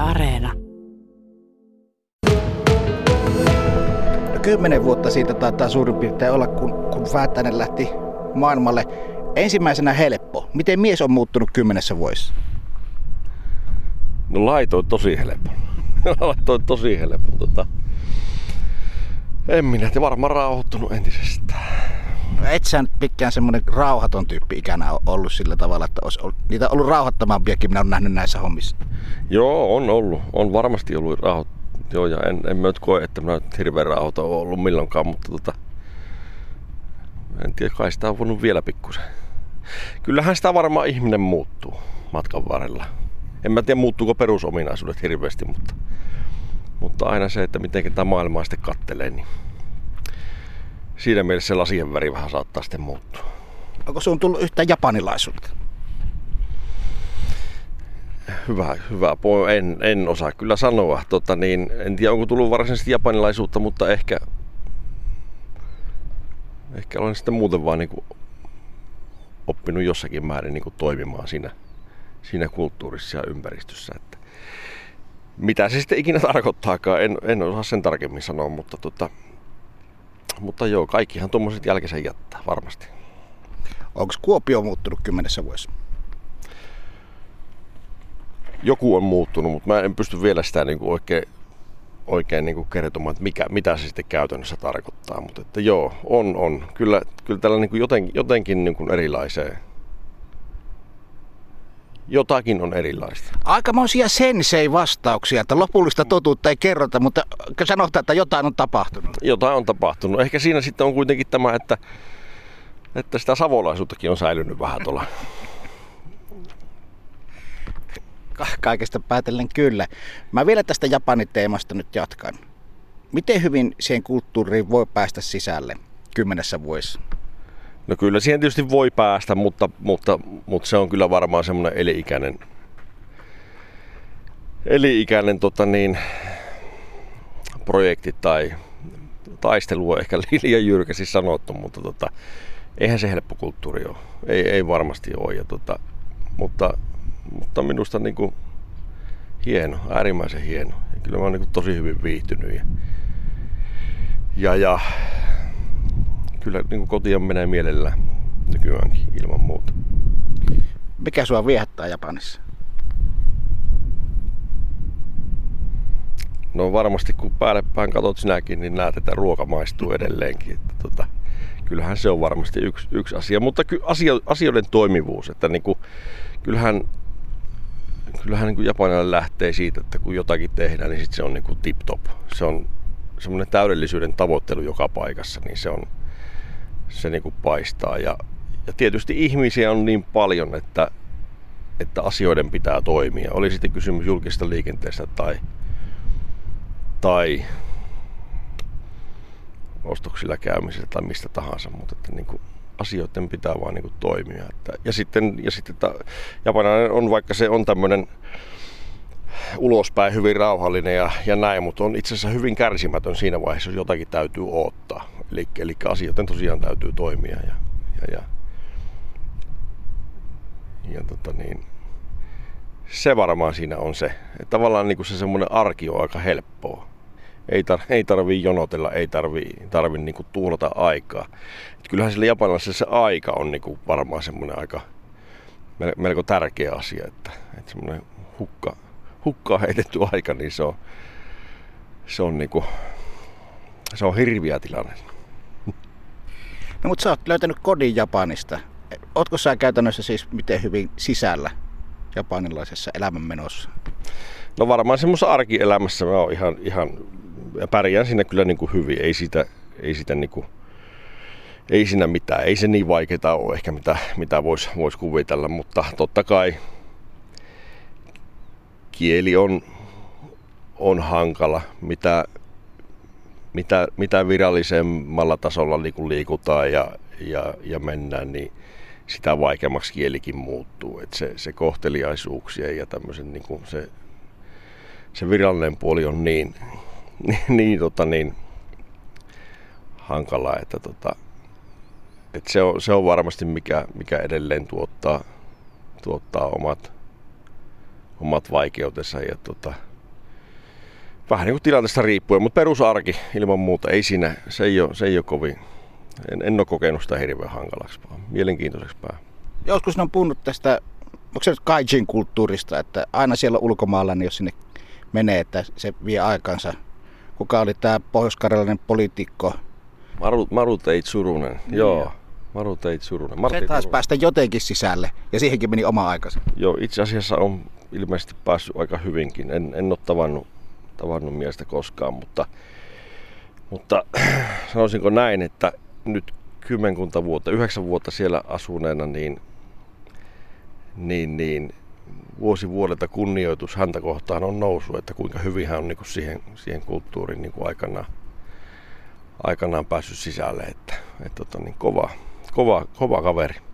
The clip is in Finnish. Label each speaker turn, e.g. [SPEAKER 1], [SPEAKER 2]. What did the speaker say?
[SPEAKER 1] Areena.
[SPEAKER 2] 10 vuotta siitä taitaa suurin piirtein olla, kun Väätäinen lähti maailmalle. Ensimmäisenä helppo. Miten mies on muuttunut 10 vuodessa?
[SPEAKER 3] No laitoin tosi helppo. En minä, varmaan rauhoittunut entisestään.
[SPEAKER 2] No et sä nyt pitkään semmoinen rauhaton tyyppi ikänä ollut sillä tavalla, että olisi ollut, niitä on ollut rauhattomampiakin, minä olen nähnyt näissä hommissa.
[SPEAKER 3] Joo, on ollut. On varmasti ollut Joo, ja en mä nyt koe, että mä nyt hirveän rauhaton ole ollut milloinkaan, mutta en tiedä, kai sitä on voinut vielä pikkusen. Kyllähän sitä varmaan ihminen muuttuu matkan varrella. En mä tiedä, muuttuuko perusominaisuudet hirveästi, mutta aina se, että miten tämä maailmaa sitten kattelee, niin siinä mielessä se lasien väri vähän saattaa sitten muuttua.
[SPEAKER 2] Onko sun tullut yhtään japanilaisuutta?
[SPEAKER 3] Hyvä. En osaa kyllä sanoa. En tiedä, onko tullut varsinaisesti japanilaisuutta, mutta ehkä olen sitten muuten vaan niin oppinut jossakin määrin niin toimimaan siinä kulttuurissa ja ympäristössä. Että mitä se sitten ikinä tarkoittaakaan, en osaa sen tarkemmin sanoa, mutta joo, kaikkihan tuommoiset jälkensä jättää varmasti.
[SPEAKER 2] Onko Kuopio muuttunut 10 vuodessa?
[SPEAKER 3] Joku on muuttunut, mutta mä en pysty vielä sitä niin kuin oikein niin kuin kertomaan, että mitä se sitten käytännössä tarkoittaa. Mutta että joo, on. Kyllä tällä niin kuin jotenkin niin kuin erilaiseen. Jotakin on erilaista.
[SPEAKER 2] Aikamoisia sensei-vastauksia, että lopullista totuutta ei kerrota, mutta sanotaan, että jotain on tapahtunut.
[SPEAKER 3] Jotain on tapahtunut. Ehkä siinä sitten on kuitenkin tämä, että sitä savolaisuuttakin on säilynyt vähän tuolla.
[SPEAKER 2] Kaikesta päätellen kyllä. Mä vielä tästä Japanin teemasta nyt jatkan. Miten hyvin siihen kulttuuriin voi päästä sisälle 10 vuodessa?
[SPEAKER 3] No kyllä siihen tietysti voi päästä, mutta se on kyllä varmaan semmoinen eli-ikäinen projekti tai taistelu on ehkä liian jyrkästi sanottu, mutta eihän se helppo kulttuuri ole. Ei varmasti ole. Mutta minusta niin kuin hieno, äärimmäisen hieno. Ja kyllä mä oon niin kuin tosi hyvin viihtynyt. Ja kyllä niin kuin kotiin menee mielellään nykyäänkin ilman muuta.
[SPEAKER 2] Mikä sua viehättää Japanissa?
[SPEAKER 3] No varmasti kun päälle päin katot sinäkin, niin näet, että ruoka maistuu edelleenkin. Että kyllähän se on varmasti yksi asia. Mutta asioiden toimivuus, että niin kuin, kyllähän niin kuin japanilainen lähtee siitä, että kun jotakin tehdään, niin sit se on niin kuin tip-top. Se on semmoinen täydellisyyden tavoittelu joka paikassa, niin se niin kuin paistaa. Ja tietysti ihmisiä on niin paljon, että asioiden pitää toimia. Oli sitten kysymys julkisesta liikenteestä tai ostoksilla käymisestä tai mistä tahansa, mutta että niin kuin asioiden pitää vaan niin kuin toimia. Ja sitten japanilainen on, vaikka se on tämmöinen ulospäin hyvin rauhallinen ja näin, mutta on itse asiassa hyvin kärsimätön siinä vaiheessa, jos jotakin täytyy odottaa. Eli asioiden tosiaan täytyy toimia. Se varmaan siinä on se. Että tavallaan niin kuin se semmoinen arki on aika helppoa. Ei tarvii jonotella, ei tarvii niin kuin tuhlata aikaa. Et kyllähän sillä japanilaisella se aika on niin kuin varmaan semmoinen aika melko tärkeä asia, että semmoinen hukkaan heitetty aika, niin se on hirviä tilanne.
[SPEAKER 2] No mutta sä oot löytänyt kodin Japanista. Ootko sä käytännössä siis miten hyvin sisällä japanilaisessa elämänmenossa?
[SPEAKER 3] No varmaan semmoisessa arkielämässä mä oon ihan pärjään siinä kyllä niin kuin hyvin. Ei siinä mitään. Ei se niin vaikeaa ole ehkä mitä vois kuvitella, mutta totta kai kieli on hankala. Mitä virallisemmalla tasolla liikutaan ja mennään, niin sitä vaikeammaksi kielikin muuttuu. Et se kohteliaisuuksien ja tämmöisen niin kuin se virallinen puoli on niin hankala, että se on varmasti mikä edelleen tuottaa omat vaikeutensa ja Vähän niin kuin tilanteesta riippuen, mutta perusarki ilman muuta, ei siinä, se ei ole kovin, en ole kokenut sitä hirveän hankalaksi, vaan mielenkiintoiseksi pää.
[SPEAKER 2] Joskus ne on puhunut tästä, onko se nyt gaijin kulttuurista, että aina siellä ulkomailla, niin jos sinne menee, että se vie aikansa. Kuka oli tämä pohjois-karjalainen poliitikko?
[SPEAKER 3] Maru Teit Surunen, joo. Maru Teit Surunen.
[SPEAKER 2] Se taisi päästä jotenkin sisälle ja siihenkin meni oma aikansa.
[SPEAKER 3] Joo, itse asiassa on ilmeisesti päässyt aika hyvinkin. En ole tavannut miestä koskaan, mutta sanoisinko näin, että nyt 9 vuotta siellä asuneena, niin vuosi vuodelta kunnioitus häntä kohtaan on noussut, että kuinka hyvin hän on niin kuin siihen kulttuuriin niin kuin aikanaan päässyt sisälle, että kova kaveri.